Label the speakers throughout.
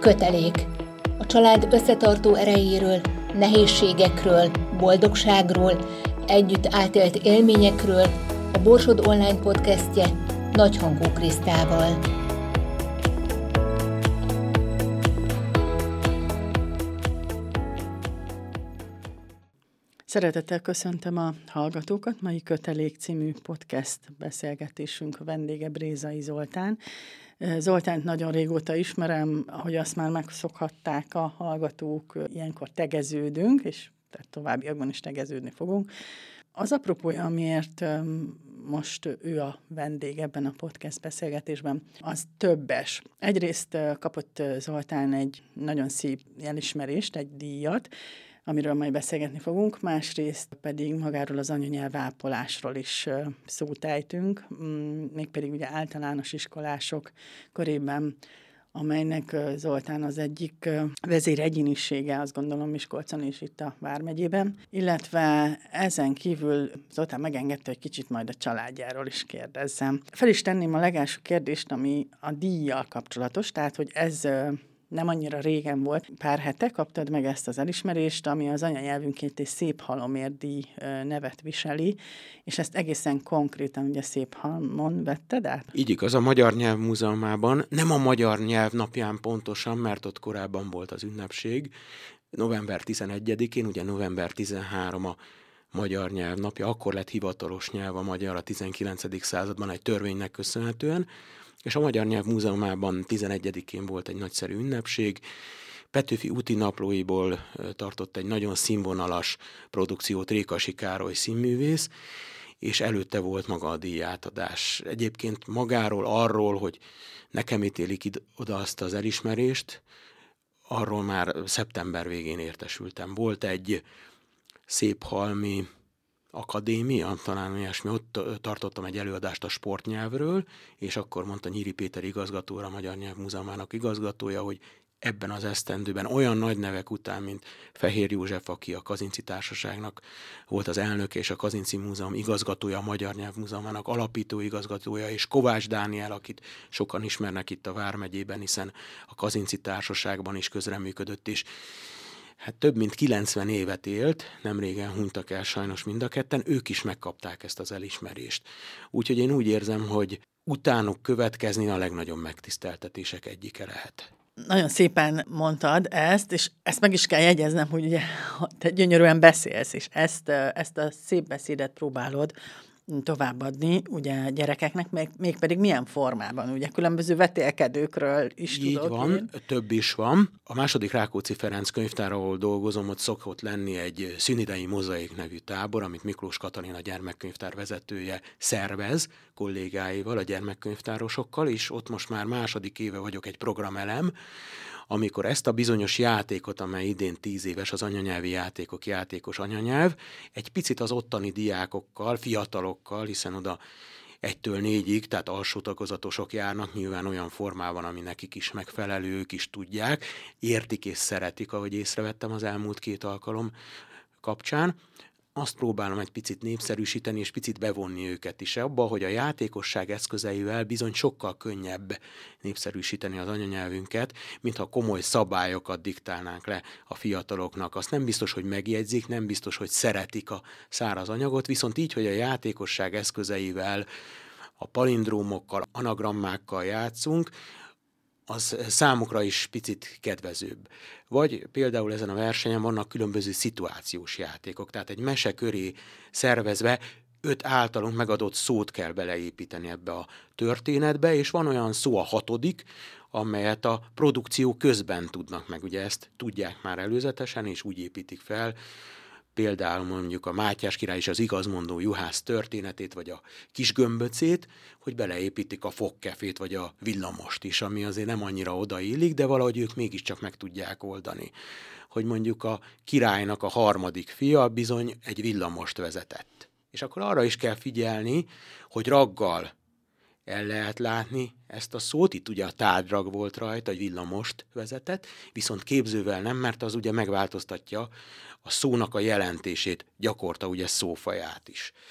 Speaker 1: Kötelék. A család összetartó erejéről, nehézségekről, boldogságról, együtt átélt élményekről a Borsod Online podcastje Nagyhangú Krisztával.
Speaker 2: Szeretettel köszöntöm a hallgatókat. Mai Kötelék című podcast beszélgetésünk vendége Brézai Zoltán. Zoltánt nagyon régóta ismerem, ahogy azt már megszokhatták a hallgatók, ilyenkor tegeződünk, és tehát továbbiakban is tegeződni fogunk. Az apropója, amiért most ő a vendég ebben a podcast beszélgetésben, az többes. Egyrészt kapott Zoltán egy nagyon szép elismerést, egy díjat, amiről majd beszélgetni fogunk, másrészt pedig magáról az anyanyelv ápolásról is szót ejtünk, mégpedig ugye általános iskolások körében, amelynek Zoltán az egyik vezéregyénisége, azt gondolom Miskolcon és itt a Vármegyében, illetve ezen kívül Zoltán megengedte, hogy kicsit majd a családjáról is kérdezzem. Fel is tenném a legelső kérdést, ami a díjjal kapcsolatos, tehát hogy ez nem annyira régen volt, pár hete kaptad meg ezt az elismerést, ami az anyanyelvünkért egy Szép Halomért díj nevet viseli, és ezt egészen konkrétan ugye Szép Halmon vetted át?
Speaker 3: Így igaz, a Magyar Nyelv Múzeumában, nem a Magyar Nyelv napján pontosan, mert ott korábban volt az ünnepség, november 11-én, ugye november 13 a Magyar Nyelv napja, akkor lett hivatalos nyelv a magyar a 19. században egy törvénynek köszönhetően, és a Magyar Nyelv Múzeumában 11-én volt egy nagyszerű ünnepség. Petőfi úti naplóiból tartott egy nagyon színvonalas produkciót Rékasi Károly színművész, és előtte volt maga a díjátadás. Egyébként magáról, arról, hogy nekem ítélik oda azt az elismerést, arról már szeptember végén értesültem. Volt egy széphalmi akadémia, talán ilyesmi, ott tartottam egy előadást a sportnyelvről, és akkor mondta Nyíri Péter igazgatóra, a Magyar Nyelv Múzeumának igazgatója, hogy ebben az esztendőben olyan nagy nevek után, mint Fehér József, aki a Kazinczy Társaságnak volt az elnöke, és a Kazinczy Múzeum igazgatója, a Magyar Nyelv Múzeumának alapító igazgatója, és Kovács Dániel, akit sokan ismernek itt a Vármegyében, hiszen a Kazinczy Társaságban is közreműködött, és hát több mint 90 évet élt, nem régen hunytak el sajnos mind a ketten, ők is megkapták ezt az elismerést. Úgyhogy én úgy érzem, hogy utánuk következni a legnagyobb megtiszteltetések egyike lehet.
Speaker 2: Nagyon szépen mondtad ezt, és ezt meg is kell jegyeznem, hogy ugye te gyönyörűen beszélsz, és ezt a szép beszédet próbálod továbbadni, ugye gyerekeknek, mégpedig milyen formában, ugye különböző vetélkedőkről is
Speaker 3: így
Speaker 2: tudok.
Speaker 3: Így van,
Speaker 2: én.
Speaker 3: Több is van. A II. Rákóczi Ferenc könyvtár, ahol dolgozom, ott szokott lenni egy szünidei mozaik nevű tábor, amit Miklós Katalin, a gyermekkönyvtár vezetője szervez kollégáival, a gyermekkönyvtárosokkal, és ott most már második éve vagyok egy programelem, amikor ezt a bizonyos játékot, amely idén 10 éves, az anyanyelvi játékok, játékos anyanyelv, egy picit az ottani diákokkal, fiatalokkal, hiszen oda 1-től 4-ig, tehát alsó tagozatosok járnak, nyilván olyan formában, ami nekik is megfelelő, ők is tudják, értik és szeretik, ahogy észrevettem az elmúlt 2 alkalom kapcsán. Azt próbálom egy picit népszerűsíteni, és picit bevonni őket is abba, hogy a játékosság eszközeivel bizony sokkal könnyebb népszerűsíteni az anyanyelvünket, mintha komoly szabályokat diktálnánk le a fiataloknak. Azt nem biztos, hogy megjegyzik, nem biztos, hogy szeretik a száraz anyagot, viszont így, hogy a játékosság eszközeivel, a palindrómokkal, anagrammákkal játszunk, az számukra is picit kedvezőbb. Vagy például ezen a versenyen vannak különböző szituációs játékok, tehát egy mese köré szervezve 5 általunk megadott szót kell beleépíteni ebbe a történetbe, és van olyan szó, a 6., amelyet a produkció közben tudnak meg. Ugye ezt tudják már előzetesen, és úgy építik fel, például mondjuk a Mátyás király és az igazmondó juhász történetét, vagy a Kisgömböcét, hogy beleépítik a fogkefét, vagy a villamost is, ami azért nem annyira odaillik, de valahogy ők mégiscsak meg tudják oldani. Hogy mondjuk a királynak a 3. fia bizony egy villamost vezetett. És akkor arra is kell figyelni, hogy raggal el lehet látni ezt a szót, itt ugye a tárdrag volt rajta, egy villamost vezetett, viszont képzővel nem, mert az ugye megváltoztatja a szónak a jelentését, gyakorta ugye szófaját is.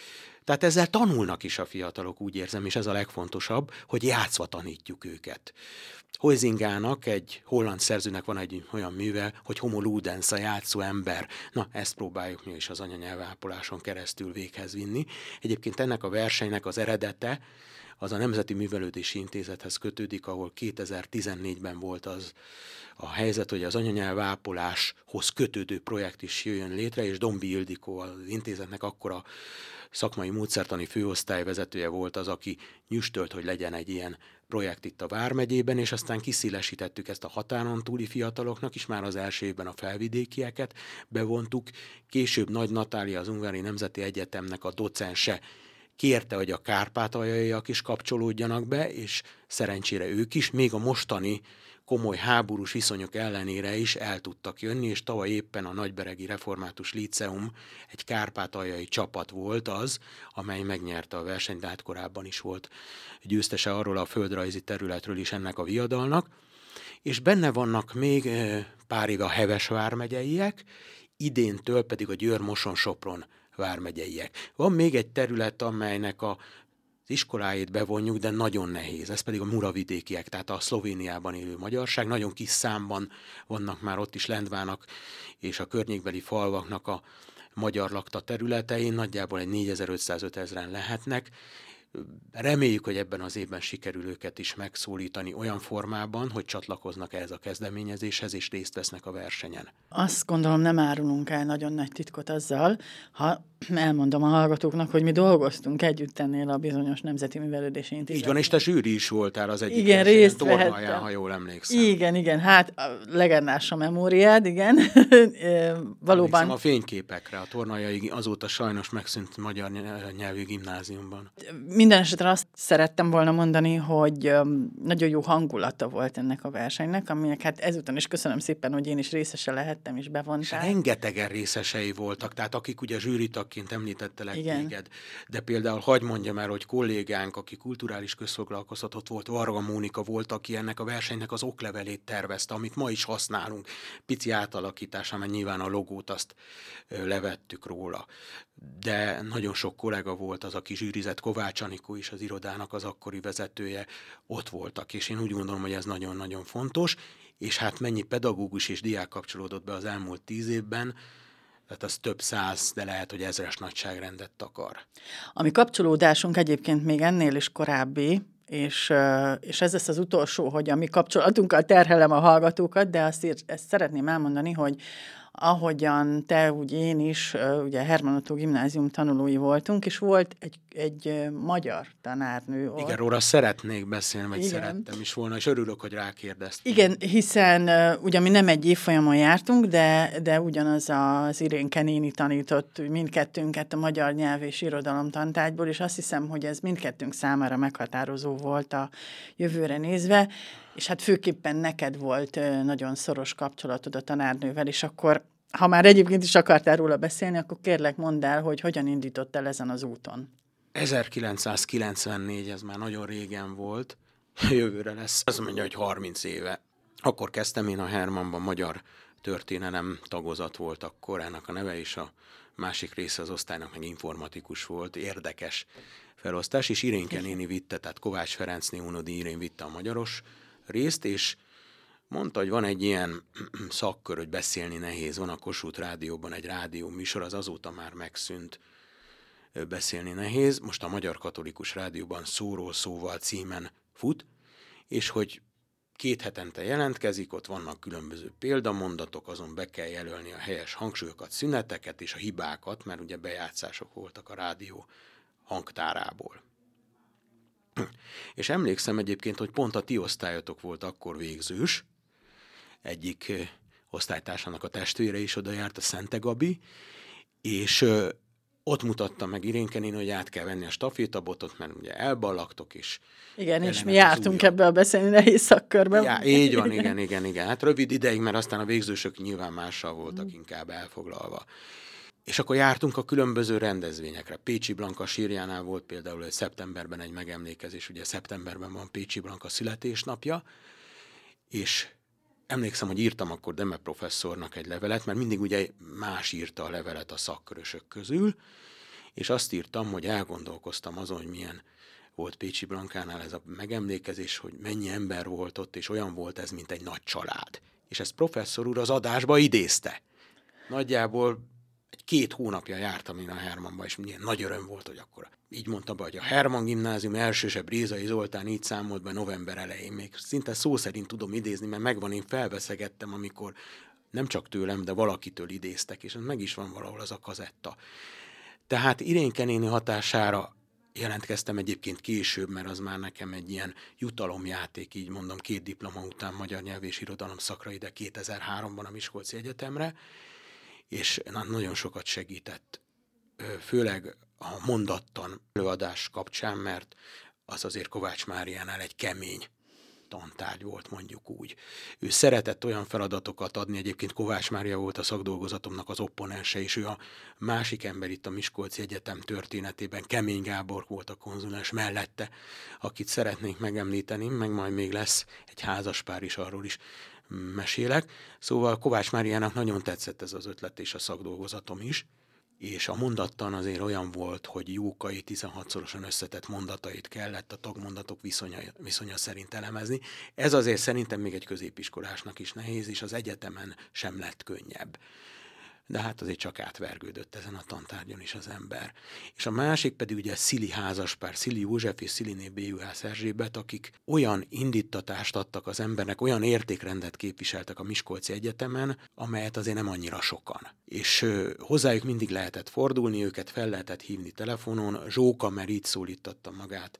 Speaker 3: Tehát ezzel tanulnak is a fiatalok, úgy érzem, és ez a legfontosabb, hogy játszva tanítjuk őket. Huizingának, egy holland szerzőnek van egy olyan műve, hogy homo ludens, a játszó ember. Na, ezt próbáljuk mi is az anyanyelvápoláson keresztül véghez vinni. Egyébként ennek a versenynek az eredete az a Nemzeti Művelődési Intézethez kötődik, ahol 2014-ben volt az a helyzet, hogy az anyanyelvápoláshoz kötődő projekt is jöjjön létre, és Dombi Ildikó, az intézetnek akkor a szakmai módszertani főosztályvezetője volt az, aki nyüstölt, hogy legyen egy ilyen projekt itt a Vármegyében, és aztán kiszélesítettük ezt a határon túli fiataloknak is, már az első évben a felvidékieket bevontuk. Később Nagy Natália, az Ungvári Nemzeti Egyetemnek a docense kérte, hogy a kárpátaljaiak is kapcsolódjanak be, és szerencsére ők is, még a mostani komoly háborús viszonyok ellenére is el tudtak jönni, és tavaly éppen a Nagyberegi Református Líceum egy kárpátaljai csapat volt az, amely megnyerte a versenyt, de hát korábban is volt győztese arról a földrajzi területről is ennek a viadalnak, és benne vannak még pár éve a Heves vármegyeiek, idéntől pedig a Győr-Moson-Sopron vármegyeiek. Van még egy terület, amelynek az iskoláit bevonjuk, de nagyon nehéz. Ez pedig a muravidékiek, tehát a Szlovéniában élő magyarság. Nagyon kis számban vannak már ott is Lendvának és a környékbeli falvaknak a magyar lakta területein. Nagyjából egy 4500-5000-en lehetnek. Reméljük, hogy ebben az évben sikerül őket is megszólítani olyan formában, hogy csatlakoznak ehhez a kezdeményezéshez, és részt vesznek a versenyen.
Speaker 2: Azt gondolom, nem árulunk el nagyon nagy titkot azzal, ha elmondom a hallgatóknak, hogy mi dolgoztunk együtt ennél a bizonyos Nemzeti Művelődési Intézetben.
Speaker 3: Így van, és te zsűri is voltál az egyik
Speaker 2: igen, részt
Speaker 3: tornaján, ha jól emlékszem.
Speaker 2: Igen, hát legendás a memóriád, igen. Valóban.
Speaker 3: Emlékszem a fényképekre, a tornajai azóta sajnos megszűnt magyar nyelvű gimnáziumban.
Speaker 2: Minden esetre azt szerettem volna mondani, hogy nagyon jó hangulata volt ennek a versenynek, aminek hát ezután is köszönöm szépen, hogy én is részese lehettem, és bevontál.
Speaker 3: Rengetegen részesei voltak, tehát akik ugye zsűritagként említettelek téged, de például hadd mondjam el, hogy kollégánk, aki kulturális közszolgálkoztatott volt, Varga Mónika volt, aki ennek a versenynek az oklevelét tervezte, amit ma is használunk. Pici átalakítása, mert nyilván a logót azt levettük róla. De nagyon sok kollega volt az, aki zsűrizett, Kovács Anikó is, az irodának az akkori vezetője, ott voltak, és én úgy gondolom, hogy ez nagyon-nagyon fontos, és hát mennyi pedagógus és diák kapcsolódott be az elmúlt 10 évben, tehát az több száz, de lehet, hogy ezres nagyságrendet takar.
Speaker 2: A mi kapcsolódásunk egyébként még ennél is korábbi, és ez lesz az utolsó, hogy a mi kapcsolatunkkal terhelem a hallgatókat, de ezt szeretném elmondani, hogy ahogyan te, úgy én is, ugye Herman Ottó gimnázium tanulói voltunk, és volt egy magyar tanárnő ott.
Speaker 3: Igen, róla szeretnék beszélni, vagy szerettem is volna, és örülök, hogy rákérdeztem.
Speaker 2: Igen, hiszen ugye mi nem egy évfolyamon jártunk, de ugyanaz az Irénke néni tanított mindkettőnket a magyar nyelv és irodalom tantárgyból, és azt hiszem, hogy ez mindkettőnk számára meghatározó volt a jövőre nézve, és hát főképpen neked volt nagyon szoros kapcsolatod a tanárnővel, és akkor, ha már egyébként is akartál róla beszélni, akkor kérlek mondd el, hogy hogyan indítottál ezen az úton.
Speaker 3: 1994, ez már nagyon régen volt, jövőre lesz, azt mondja, hogy 30 éve. Akkor kezdtem én a Hermanban, magyar történelem tagozat volt akkor, ennek a neve is, a másik része az osztálynak meg informatikus volt, érdekes felosztás, és Irénke néni vitte, tehát Kovács Ferencné Unodi Irén vitte a magyaros részt, és mondta, hogy van egy ilyen szakkör, hogy beszélni nehéz, van a Kossuth Rádióban egy rádió műsor, az azóta már megszűnt, beszélni nehéz, most a Magyar Katolikus Rádióban Szóról szóval címen fut, és hogy 2 hetente jelentkezik, ott vannak különböző példamondatok, azon be kell jelölni a helyes hangsúlyokat, szüneteket és a hibákat, mert ugye bejátszások voltak a rádió hangtárából. És emlékszem egyébként, hogy pont a ti osztályotok volt akkor végzős, egyik osztálytársának a testvére is oda járt, a Szente Gabi, és ott mutatta meg Irénke néni, hogy át kell venni a stafétabotot, mert ugye elballagtok is.
Speaker 2: Igen, és mi jártunk ebbe a beszélni nehéz szakkörbe.
Speaker 3: Ja, így van, igen. Hát rövid ideig, mert aztán a végzősök nyilván mással voltak inkább elfoglalva. És akkor jártunk a különböző rendezvényekre. Pécsi Blanka sírjánál volt például, hogy szeptemberben egy megemlékezés, ugye szeptemberben van Pécsi Blanka születésnapja, és emlékszem, hogy írtam akkor Deme professzornak egy levelet, mert mindig ugye más írta a levelet a szakkörösök közül, és azt írtam, hogy elgondolkoztam azon, hogy milyen volt Pécsi Blankánál ez a megemlékezés, hogy mennyi ember volt ott, és olyan volt ez, mint egy nagy család. És ezt professzor úr az adásba idézte. Nagyjából 2 hónapja jártam én a Hermannba, és milyen nagy öröm volt, hogy akkor így mondta be, hogy a Hermann gimnázium elsőse Brézai Zoltán így számolt be november elején. Még szinte szó szerint tudom idézni, mert megvan, én felveszegettem, amikor nem csak tőlem, de valakitől idéztek, és meg is van valahol az a kazetta. Tehát Irénke néni hatására jelentkeztem egyébként később, mert az már nekem egy ilyen jutalomjáték, így mondom, 2 diploma után magyar nyelv és irodalom szakra ide 2003-ban a Miskolci Egyetemre, és nagyon sokat segített, főleg a mondattan előadás kapcsán, mert az azért Kovács Máriánál egy kemény tantárgy volt, mondjuk úgy. Ő szeretett olyan feladatokat adni, egyébként Kovács Mária volt a szakdolgozatomnak az opponense, és ő a másik ember itt a Miskolci Egyetem történetében, Kemény Gábor volt a konzulens mellette, akit szeretnénk megemlíteni, meg majd még lesz egy házaspár is, arról is mesélek. Szóval Kovács Máriának nagyon tetszett ez az ötlet és a szakdolgozatom is, és a mondattan azért olyan volt, hogy Jókai 16-szorosan összetett mondatait kellett a tagmondatok viszonya szerint elemezni. Ez azért szerintem még egy középiskolásnak is nehéz, és az egyetemen sem lett könnyebb. De hát azért csak átvergődött ezen a tantárgyon is az ember. És a másik pedig ugye Szili házaspár, Szili József és Sziliné B. Juhász Erzsébet, akik olyan indítatást adtak az embernek, olyan értékrendet képviseltek a Miskolci Egyetemen, amelyet azért nem annyira sokan. És hozzájuk mindig lehetett fordulni, őket fel lehetett hívni telefonon, Zsóka, mert így szólítatta magát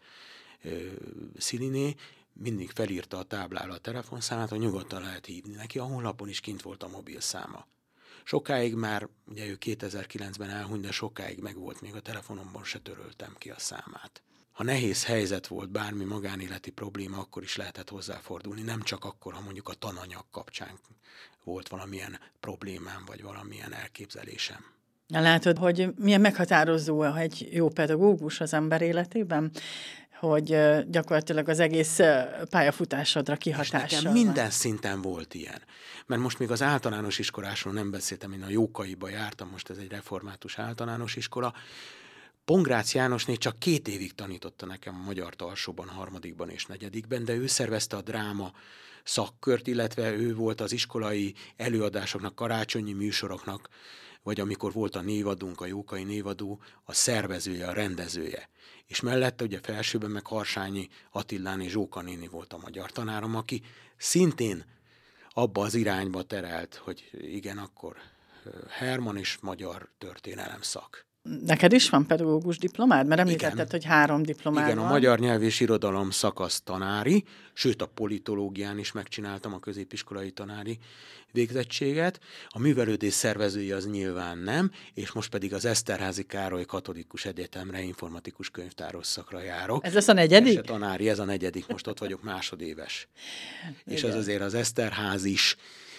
Speaker 3: Sziliné, mindig felírta a táblára a telefonszámát, hogy nyugodtan lehet hívni neki, a honlapon is kint volt a mobilszáma. Sokáig már, ugye ő 2009-ben elhunyt, de sokáig megvolt, még a telefonomban se töröltem ki a számát. Ha nehéz helyzet volt, bármi magánéleti probléma, akkor is lehetett hozzáfordulni, nem csak akkor, ha mondjuk a tananyag kapcsán volt valamilyen problémám, vagy valamilyen elképzelésem.
Speaker 2: Látod, hogy milyen meghatározó egy jó pedagógus az ember életében, hogy gyakorlatilag az egész pályafutásodra kihatással.
Speaker 3: És nekem minden szinten volt ilyen. Mert most még az általános iskolásról nem beszéltem, én a Jókaiba jártam, most ez egy református általános iskola. Pongrácz Jánosné csak 2 évig tanította nekem a magyar alsóban, 3. és 4. de ő szervezte a dráma szakkört, illetve ő volt az iskolai előadásoknak, karácsonyi műsoroknak, vagy amikor volt a névadónk, a Jókai névadó, a szervezője, a rendezője. És mellette ugye felsőben meg Harsányi Attilán és Zsóka néni volt a magyar tanárom, aki szintén abba az irányba terelt, hogy igen, akkor Hermann és magyar történelem szak.
Speaker 2: Neked is van pedagógus diplomád? Mert említetted, hogy 3 diplomád
Speaker 3: igen,
Speaker 2: van.
Speaker 3: a magyar nyelv és irodalom szakasz tanári, sőt a politológián is megcsináltam a középiskolai tanári végzettséget. A művelődés szervezője az nyilván nem, és most pedig az Eszterházy Károly Katolikus Egyetemre informatikus könyvtáros szakra járok.
Speaker 2: Ez lesz a 4.?
Speaker 3: Tanári, ez a 4., most ott vagyok másodéves. És az azért az Eszterház is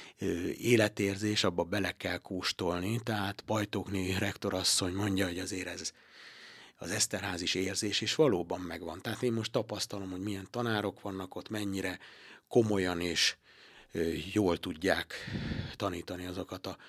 Speaker 3: életérzés, abba bele kell kóstolni, tehát Bajtókné rektorasszony mondja, hogy azért ez az Eszterházis érzés, és valóban megvan. Tehát én most tapasztalom, hogy milyen tanárok vannak ott, mennyire komolyan és jól tudják tanítani azokat a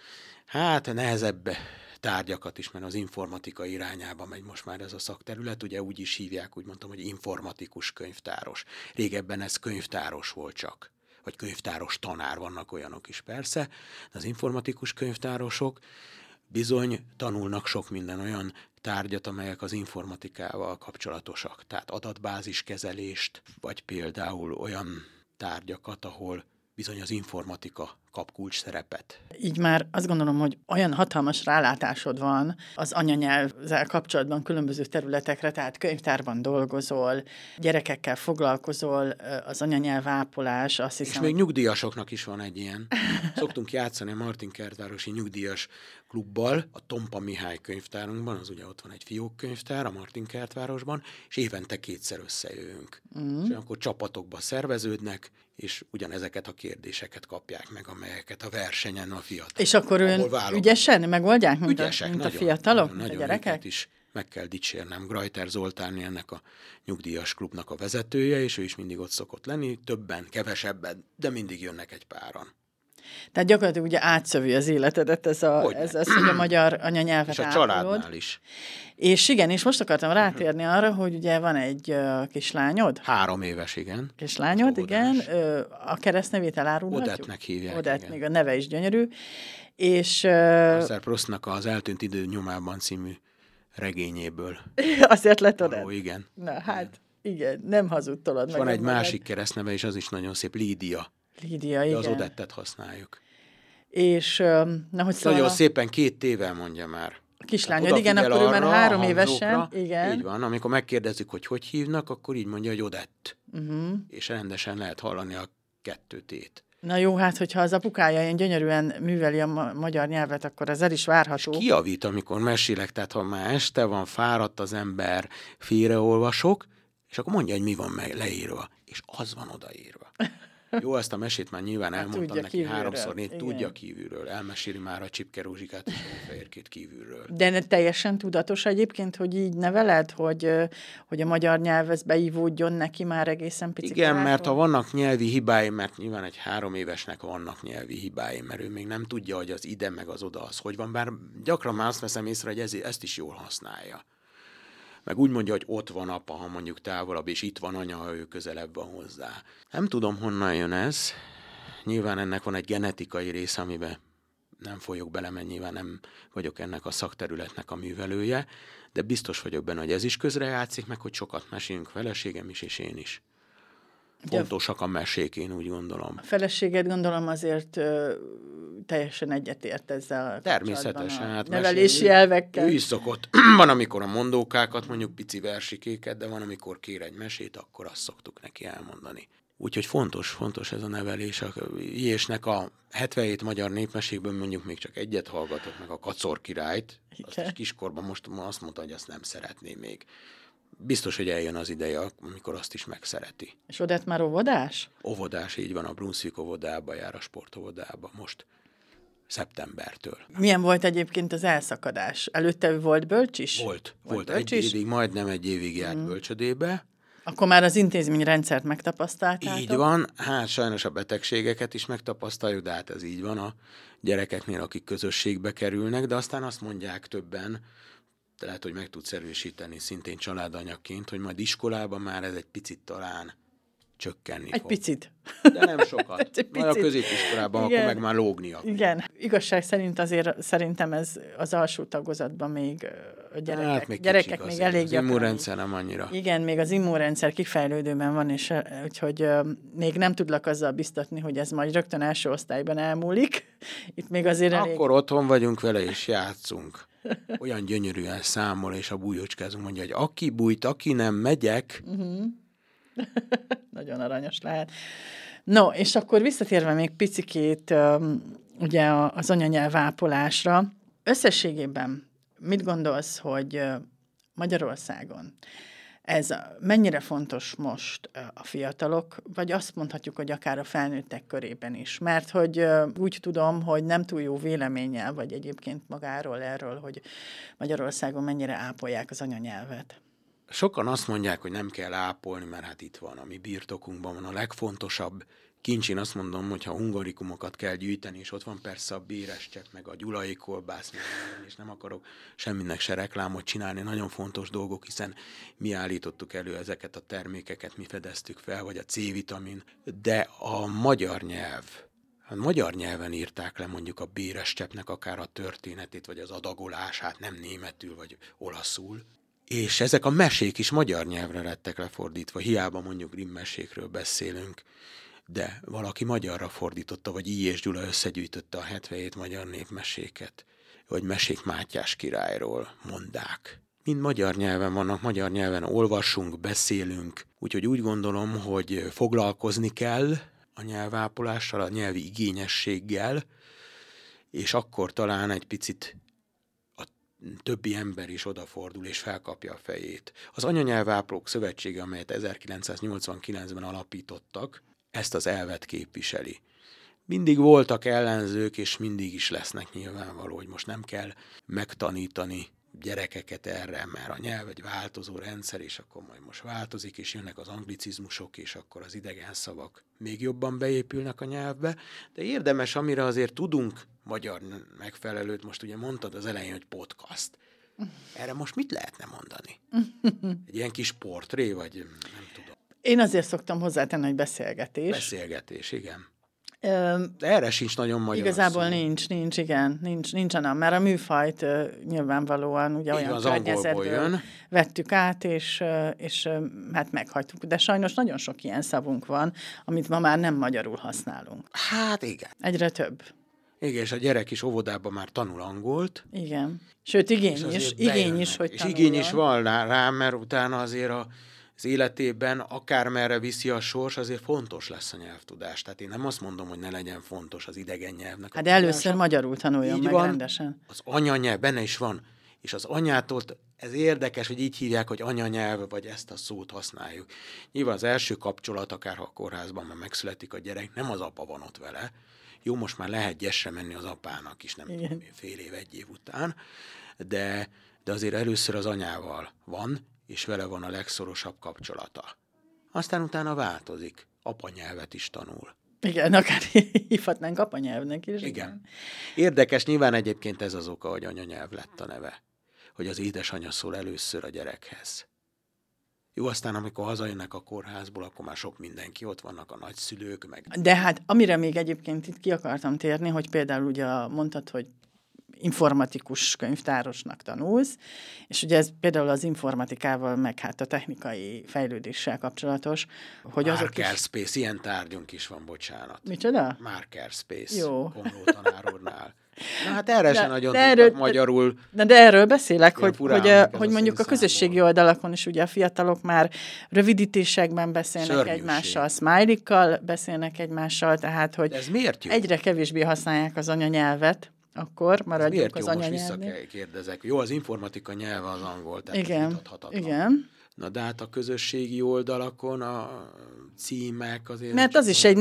Speaker 3: nehezebb tárgyakat is, mert az informatika irányába megy most már ez a szakterület, ugye úgy is hívják, úgy mondtam, hogy informatikus könyvtáros. Régebben ez könyvtáros volt csak, vagy könyvtáros tanár, vannak olyanok is persze, de az informatikus könyvtárosok bizony tanulnak sok minden olyan tárgyat, amelyek az informatikával kapcsolatosak. Tehát adatbáziskezelést, vagy például olyan tárgyakat, ahol bizony az informatika kap kulcs szerepet.
Speaker 2: Így már azt gondolom, hogy olyan hatalmas rálátásod van az anyanyelvvel kapcsolatban különböző területekre, tehát könyvtárban dolgozol, gyerekekkel foglalkozol, az anyanyelv ápolás, azt hiszem.
Speaker 3: És még nyugdíjasoknak is van egy ilyen. Szoktunk játszani a Martinkertvárosi nyugdíjas klubbal, a Tompa Mihály könyvtárunkban, az ugye ott van egy fiókkönyvtár a Martinkertvárosban, és évente 2-szer összejövünk. És akkor csapatokba szerveződnek, és ugyanezeket a kérdéseket kapják meg, amelyeket a versenyen a fiatalok.
Speaker 2: És akkor ügyesen megoldják, mint a fiatalok,
Speaker 3: nagyon,
Speaker 2: a gyerekek?
Speaker 3: Is meg kell dicsérnem. Grajter Zoltán ennek a nyugdíjas klubnak a vezetője, és ő is mindig ott szokott lenni, többen, kevesebben, de mindig jönnek egy páran.
Speaker 2: Tehát gyakorlatilag ugye átszövi az életedet ez az, hogy a magyar anyanyelvet
Speaker 3: és a
Speaker 2: ápolod.
Speaker 3: családnál is.
Speaker 2: És igen, és most akartam rátérni arra, hogy ugye van egy kislányod.
Speaker 3: 3 éves, igen.
Speaker 2: Kislányod, igen. A keresztnevét elárulhatjuk?
Speaker 3: Odette-nek hívják.
Speaker 2: Odette, még a neve is gyönyörű. És...
Speaker 3: Arthur Prostnak az Eltűnt idő nyomában című regényéből.
Speaker 2: Azért lett Odette.
Speaker 3: Igen.
Speaker 2: Na hát, igen, nem hazudtolod meg.
Speaker 3: Van egy másik keresztneve, és az is nagyon szép, Lídia.
Speaker 2: Lídia, igen.
Speaker 3: De az Odettet használjuk.
Speaker 2: És, na, hogy szóval...
Speaker 3: Nagyon szépen 2 éve mondja már.
Speaker 2: A kislányod, igen, akkor ő már 3 évesen.
Speaker 3: Igen. Így van, amikor megkérdezzük, hogy hívnak, akkor így mondja, hogy Odett. És rendesen lehet hallani a 2 T-t.
Speaker 2: Na jó, hát hogyha az apukája ilyen gyönyörűen műveli a magyar nyelvet, akkor ez el is várható.
Speaker 3: És kijavít, amikor mesélek, tehát ha már este van, fáradt az ember, félreolvasok, és akkor mondja, hogy mi van meg leírva. És az van odaírva. Jó, ezt a mesét már nyilván elmondtam neki 3-4, tudja kívülről. Elmeséli már a Csipke Rózsikát és a Fehérkét kívülről.
Speaker 2: De teljesen tudatos egyébként, hogy így neveled, hogy a magyar nyelv ez beívódjon neki már egészen picit.
Speaker 3: Igen, mert ha vannak nyelvi hibái, mert nyilván egy 3 évesnek vannak nyelvi hibái, mert ő még nem tudja, hogy az ide meg az oda az hogy van, bár gyakran már azt veszem észre, hogy ezt is jól használja. Meg úgy mondja, hogy ott van apa, ha mondjuk távolabb, és itt van anya, ha ő közelebb van hozzá. Nem tudom, honnan jön ez. Nyilván ennek van egy genetikai része, amiben nem folyok belemenni, nyilván nem vagyok ennek a szakterületnek a művelője, de biztos vagyok benne, hogy ez is közrejátszik, meg hogy sokat mesélünk, feleségem is, és én is. Fontosak a mesék, én úgy gondolom.
Speaker 2: A feleséged gondolom azért teljesen egyetért ezzel.
Speaker 3: Természetesen. Hát
Speaker 2: nevelési elvekkel.
Speaker 3: Ő is szokott. Van, amikor a mondókákat, mondjuk pici versikéket, de van, amikor kér egy mesét, akkor azt szoktuk neki elmondani. Úgyhogy fontos ez a nevelés. A Ilyesnek a 77 magyar népmesékből mondjuk még csak egyet hallgatott, meg a Kacor királyt. Azt is kiskorban most azt mondta, hogy azt nem szeretné még. Biztos, hogy eljön az ideje, amikor azt is megszereti.
Speaker 2: És Odett már óvodás?
Speaker 3: Óvodás, így van, a Brunswick óvodába jár, a sportóvodába most szeptembertől.
Speaker 2: Milyen volt egyébként az elszakadás? Előtte ő volt bölcs is?
Speaker 3: Volt egy évig, majdnem egy évig járt bölcsödébe.
Speaker 2: Akkor már az intézményrendszert megtapasztaltátok?
Speaker 3: Így van, hát sajnos a betegségeket is megtapasztaljuk, de hát ez így van a gyerekeknél, akik közösségbe kerülnek, de aztán azt mondják többen, lehet, hogy meg tudsz erősíteni szintén családanyaként, hogy majd iskolában már ez egy picit talán csökkenni
Speaker 2: egy
Speaker 3: fog.
Speaker 2: Picit.
Speaker 3: De nem sokat. Majd a középiskolában akkor meg már lógnia.
Speaker 2: Igen. Igazság szerint azért szerintem ez az alsó tagozatban még a gyerekek még elég
Speaker 3: gyakran. Az immunrendszer nem annyira.
Speaker 2: Igen, még az immunrendszer kifejlődőben van, és úgyhogy még nem tudlak azzal biztatni, hogy ez majd rögtön első osztályban elmúlik. Itt még azért
Speaker 3: akkor otthon vagyunk vele, és játszunk. Olyan gyönyörűen számol, és a bújócskázunk mondja, hogy aki bújt, aki nem, megyek.
Speaker 2: Nagyon aranyos lehet. No, és akkor visszatérve még picikét ugye az anyanyelv ápolásra. Összességében mit gondolsz, hogy Magyarországon ez mennyire fontos most a fiatalok, vagy azt mondhatjuk, hogy akár a felnőttek körében is? Mert hogy úgy tudom, hogy nem túl jó véleménnyel, vagy egyébként magáról erről, hogy Magyarországon mennyire ápolják az anyanyelvet.
Speaker 3: Sokan azt mondják, hogy nem kell ápolni, mert hát itt van, ami birtokunkban van a legfontosabb kincs. Én azt mondom, hogy ha hungarikumokat kell gyűjteni, és ott van persze a béres csepp, meg a gyulai kolbász, és nem akarok semminek se reklámot csinálni, nagyon fontos dolgok, hiszen mi állítottuk elő ezeket a termékeket, mi fedeztük fel, vagy a C-vitamin, de a magyar nyelven írták le mondjuk a béres cseppnek akár a történetét, vagy az adagolását, nem németül, vagy olaszul. És ezek a mesék is magyar nyelvre lettek lefordítva, hiába mondjuk Grimm mesékről beszélünk, de valaki magyarra fordította, vagy I. és Gyula összegyűjtötte a 77 magyar népmeséket, vagy mesék Mátyás királyról mondák. Mind magyar nyelven vannak, magyar nyelven olvasunk, beszélünk, úgyhogy úgy gondolom, hogy foglalkozni kell a nyelvápolással, a nyelvi igényességgel, és akkor talán egy picit többi ember is odafordul és felkapja a fejét. Az Anyanyelvápolók Szövetsége, amelyet 1989-ben alapítottak, ezt az elvet képviseli. Mindig voltak ellenzők, és mindig is lesznek nyilvánvaló, hogy most nem kell megtanítani gyerekeket erre, mert a nyelv egy változó rendszer, és akkor majd most változik, és jönnek az anglicizmusok, és akkor az idegen szavak még jobban beépülnek a nyelvbe. De érdemes, amire azért tudunk magyar megfelelőt, most ugye mondtad az elején, hogy podcast. Erre most mit lehetne mondani? Egy ilyen kis portré, vagy nem tudom.
Speaker 2: Én azért szoktam hozzátenni, hogy beszélgetés.
Speaker 3: Beszélgetés, igen. De erre sincs nagyon magyar
Speaker 2: Igazából
Speaker 3: szó.
Speaker 2: nincs hanem, mert a műfajt nyilvánvalóan ugye
Speaker 3: Így
Speaker 2: olyan
Speaker 3: van, az angolból
Speaker 2: környezetből vettük át, és hát meghagytuk. De sajnos nagyon sok ilyen szavunk van, amit ma már nem magyarul használunk.
Speaker 3: Hát igen.
Speaker 2: Egyre több.
Speaker 3: Igen, és a gyerek is óvodában már tanul angolt.
Speaker 2: Igen. Sőt, igény is, hogy
Speaker 3: és
Speaker 2: tanuljon.
Speaker 3: igény is van rá, mert utána azért az életében akármerre viszi a sors, azért fontos lesz a nyelvtudás. Tehát én nem azt mondom, hogy ne legyen fontos az idegen nyelvnek.
Speaker 2: Hát de először magyarul tanuljon
Speaker 3: így
Speaker 2: meg
Speaker 3: van,
Speaker 2: rendesen.
Speaker 3: Az anyanyelv benne is van, és az anyától, ez érdekes, hogy így hívják, hogy anyanyelv, vagy ezt a szót használjuk. Nyilván az első kapcsolat, akár ha a kórházban már megszületik a gyerek, nem az apa van ott vele. Jó, most már lehet gyesre menni az apának is, nem tudom, fél év, egy év után, de azért először az anyával van, és vele van a legszorosabb kapcsolata. Aztán utána változik, apanyelvet is tanul.
Speaker 2: Igen, akár hívhatnánk apanyelvnek is.
Speaker 3: Igen. Érdekes, nyilván egyébként ez az oka, hogy anyanyelv lett a neve. Hogy az édesanyja szól először a gyerekhez. Jó, aztán amikor hazajönnek a kórházból, akkor már sok mindenki, ott vannak a nagyszülők, meg...
Speaker 2: De hát amire még egyébként itt ki akartam térni, hogy például ugye mondtad, hogy informatikus könyvtárosnak tanulsz, és ugye ez például az informatikával, meg hát a technikai fejlődéssel kapcsolatos, hogy azok is...
Speaker 3: Markerspace, ilyen tárgyunk is van, bocsánat.
Speaker 2: Micsoda?
Speaker 3: Markerspace,
Speaker 2: Jó.
Speaker 3: Komló tanár úrnál. Na hát erre sem nagyon
Speaker 2: erről,
Speaker 3: tudtak magyarul.
Speaker 2: De erről beszélek, hogy
Speaker 3: a
Speaker 2: mondjuk a közösségi oldalakon is ugye a fiatalok már rövidítésekben beszélnek
Speaker 3: Szörnyűség.
Speaker 2: egymással, smiley-kkal beszélnek egymással, tehát hogy
Speaker 3: ez miért jó?
Speaker 2: egyre kevésbé használják az anyanyelvet, akkor maradjunk az anyanyelvnél.
Speaker 3: Most visszakérdezek. Jó, az informatika nyelve az angol, tehát
Speaker 2: igen, igen.
Speaker 3: Na de hát a közösségi oldalakon a címek azért...
Speaker 2: Mert az is egy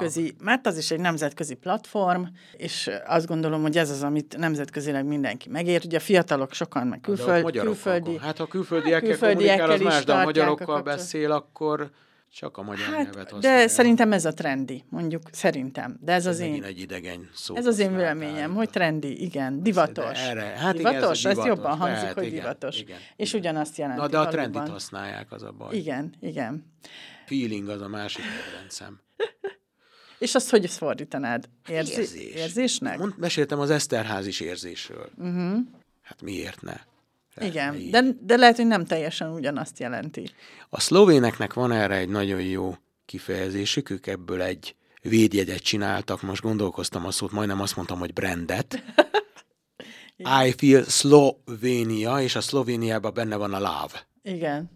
Speaker 2: nemzetközi platform, és azt gondolom, hogy ez az, amit nemzetközileg mindenki megért. Ugye a fiatalok sokan meg külföldi...
Speaker 3: Hát ha külföldiekkel kommunikál, az más, de a magyarokkal beszél, akkor csak a magyar nyelvet használja.
Speaker 2: De szerintem ez a trendi, mondjuk szerintem. De ez az én...
Speaker 3: egy idegen szó.
Speaker 2: Ez az én véleményem, hogy trendi, igen, divatos. Divatos, ez jobban hangzik, hogy divatos. Igen. És ugyanazt jelenti.
Speaker 3: Na, de a trendit használják, az a baj.
Speaker 2: Igen.
Speaker 3: Feeling az a másik kedvencem.
Speaker 2: És azt hogy fordítanád? Érzésnek?
Speaker 3: Meséltem az Eszterházis érzésről. Hát miért ne?
Speaker 2: Igen, de lehet, hogy nem teljesen ugyanazt jelenti.
Speaker 3: A szlovéneknek van erre egy nagyon jó kifejezésük, ők ebből egy védjegyet csináltak, most gondolkoztam a szót, majdnem azt mondtam, hogy brandet. I feel Slovenia, és a Szlovéniában benne van a love.
Speaker 2: Igen.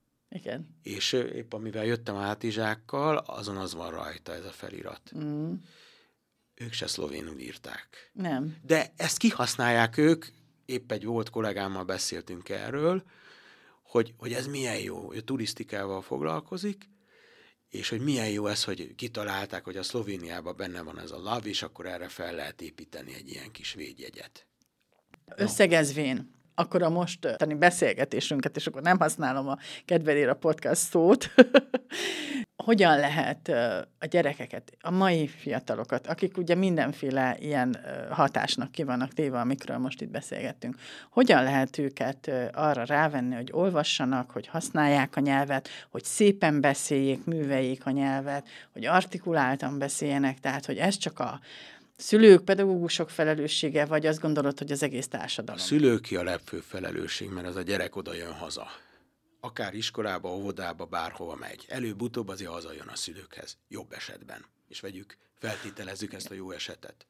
Speaker 3: És épp amivel jöttem a hátizsákkal, azon az van rajta ez a felirat. Ők se szlovénul írták.
Speaker 2: Nem.
Speaker 3: De ezt kihasználják ők, épp egy volt kollégámmal beszéltünk erről, hogy ez milyen jó, hogy a turisztikával foglalkozik, és hogy milyen jó ez, hogy kitalálták, hogy a Szlovéniában benne van ez a love, és akkor erre fel lehet építeni egy ilyen kis védjegyet.
Speaker 2: Összegezvén, akkor a mostani beszélgetésünket, és akkor nem használom a kedvedére a podcast szót, hogyan lehet a gyerekeket, a mai fiatalokat, akik ugye mindenféle ilyen hatásnak ki vannak téve, amikről most itt beszélgettünk, hogyan lehet őket arra rávenni, hogy olvassanak, hogy használják a nyelvet, hogy szépen beszéljék, műveljék a nyelvet, hogy artikuláltan beszéljenek, tehát hogy ez csak a szülők, pedagógusok felelőssége, vagy azt gondolod, hogy az egész társadalom?
Speaker 3: A szülőké a legfőbb felelősség, mert az a gyerek oda jön haza. Akár iskolába, óvodába, bárhova megy. Előbb-utóbb azért hazajön a szülőkhez, jobb esetben. És feltételezzük ezt a jó esetet.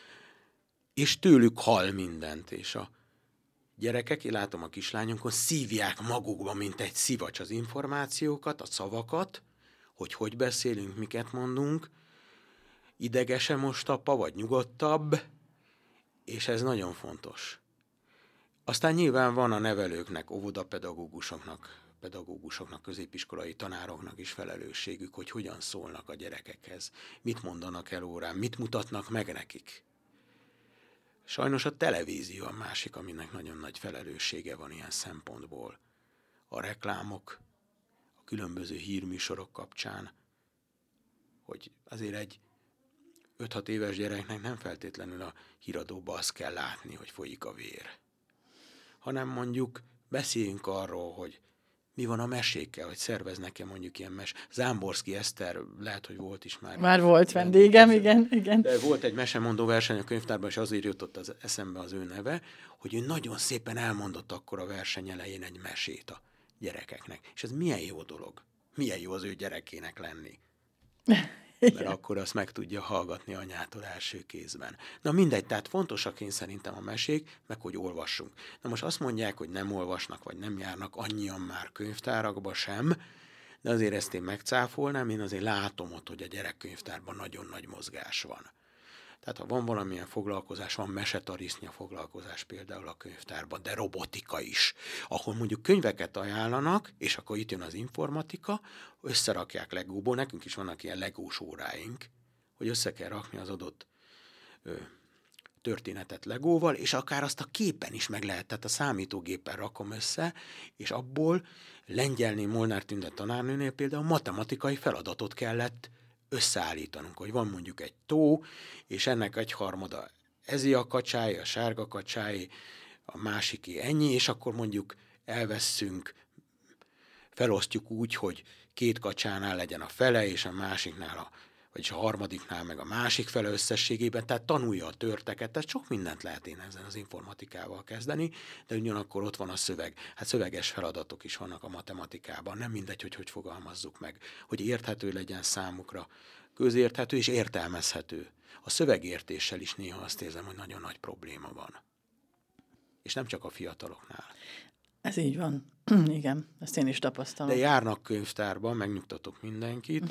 Speaker 3: És tőlük hall mindent, és a gyerekek, én látom a kislányunkon, szívják magukba, mint egy szivacs az információkat, a szavakat, hogy beszélünk, miket mondunk, idegese most apa, vagy nyugodtabb, és ez nagyon fontos. Aztán nyilván van a nevelőknek, óvodapedagógusoknak, középiskolai tanároknak is felelősségük, hogy hogyan szólnak a gyerekekhez, mit mondanak el órán, mit mutatnak meg nekik. Sajnos a televízió a másik, aminek nagyon nagy felelőssége van ilyen szempontból. A reklámok, a különböző hírműsorok kapcsán, hogy azért egy 5-6 éves gyereknek nem feltétlenül a híradóba azt kell látni, hogy folyik a vér. Hanem mondjuk beszéljünk arról, hogy mi van a mesékkel, hogy szerveznek-e mondjuk ilyen Zámborszki Eszter, lehet, hogy volt is már.
Speaker 2: Már volt vendégem, igen.
Speaker 3: De volt egy mesemondó verseny a könyvtárban, és azért jutott az eszembe az ő neve, hogy ő nagyon szépen elmondott akkor a verseny elején egy mesét a gyerekeknek. És ez milyen jó dolog. Milyen jó az ő gyerekének lenni. Mert akkor azt meg tudja hallgatni anyától első kézben. Na mindegy, tehát fontosak én szerintem a mesék, meg hogy olvassunk. Na most azt mondják, hogy nem olvasnak, vagy nem járnak annyian már könyvtárakba sem, de azért ezt én megcáfolnám, én azért látom ott, hogy a gyerekkönyvtárban nagyon nagy mozgás van. Tehát ha van valamilyen foglalkozás, van mesetarisznya foglalkozás például a könyvtárban, de robotika is, ahol mondjuk könyveket ajánlanak, és akkor itt jön az informatika, összerakják legóból, nekünk is vannak ilyen legós óráink, hogy össze kell rakni az adott történetet legóval, és akár azt a képen is meg lehet, tehát a számítógépen rakom össze, és abból Lengyelné Molnár Tünde tanárnőnél például matematikai feladatot kellett összeállítanunk, hogy van mondjuk egy tó, és ennek egyharmada ezi a kacsáé, a sárga kacsáé, a másiké ennyi, és akkor mondjuk elvesszünk, felosztjuk úgy, hogy 2 kacsánál legyen a fele, és a másiknál, vagyis a harmadiknál meg a másik fele összességében, tehát tanulja a törteket, tehát sok mindent lehet én ezen az informatikával kezdeni, de ugyanakkor ott van a szöveg. Hát szöveges feladatok is vannak a matematikában, nem mindegy, hogy fogalmazzuk meg, hogy érthető legyen számukra, közérthető és értelmezhető. A szövegértéssel is néha azt érzem, hogy nagyon nagy probléma van. És nem csak a fiataloknál.
Speaker 2: Ez így van. Igen, ezt én is tapasztalom.
Speaker 3: De járnak könyvtárba, megnyugtatok mindenkit,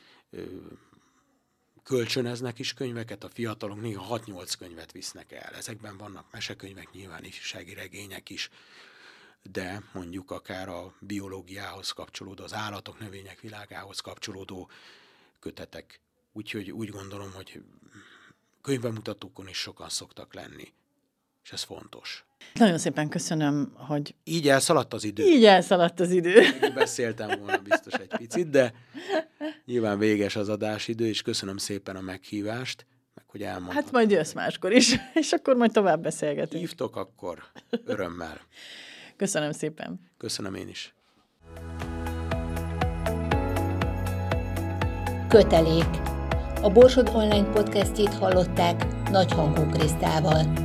Speaker 3: kölcsönöznek is könyveket, a fiatalok néha 6-8 könyvet visznek el. Ezekben vannak mesekönyvek, nyilván ifjúsági regények is, de mondjuk akár a biológiához kapcsolódó, az állatok, növények világához kapcsolódó kötetek. Úgyhogy úgy gondolom, hogy könyvbemutatókon is sokan szoktak lenni, és ez fontos.
Speaker 2: Nagyon szépen köszönöm, hogy...
Speaker 3: Így elszaladt az idő.
Speaker 2: Még
Speaker 3: beszéltem volna biztos egy picit, de nyilván véges az adásidő, és köszönöm szépen a meghívást, meg hogy elmondhatom.
Speaker 2: Hát majd jössz máskor is, és akkor majd tovább beszélgetünk.
Speaker 3: Hívtok akkor, örömmel.
Speaker 2: Köszönöm szépen.
Speaker 3: Köszönöm én is.
Speaker 1: Kötelék. A Borsod Online podcastjét hallották Nagyhangú Krisztával.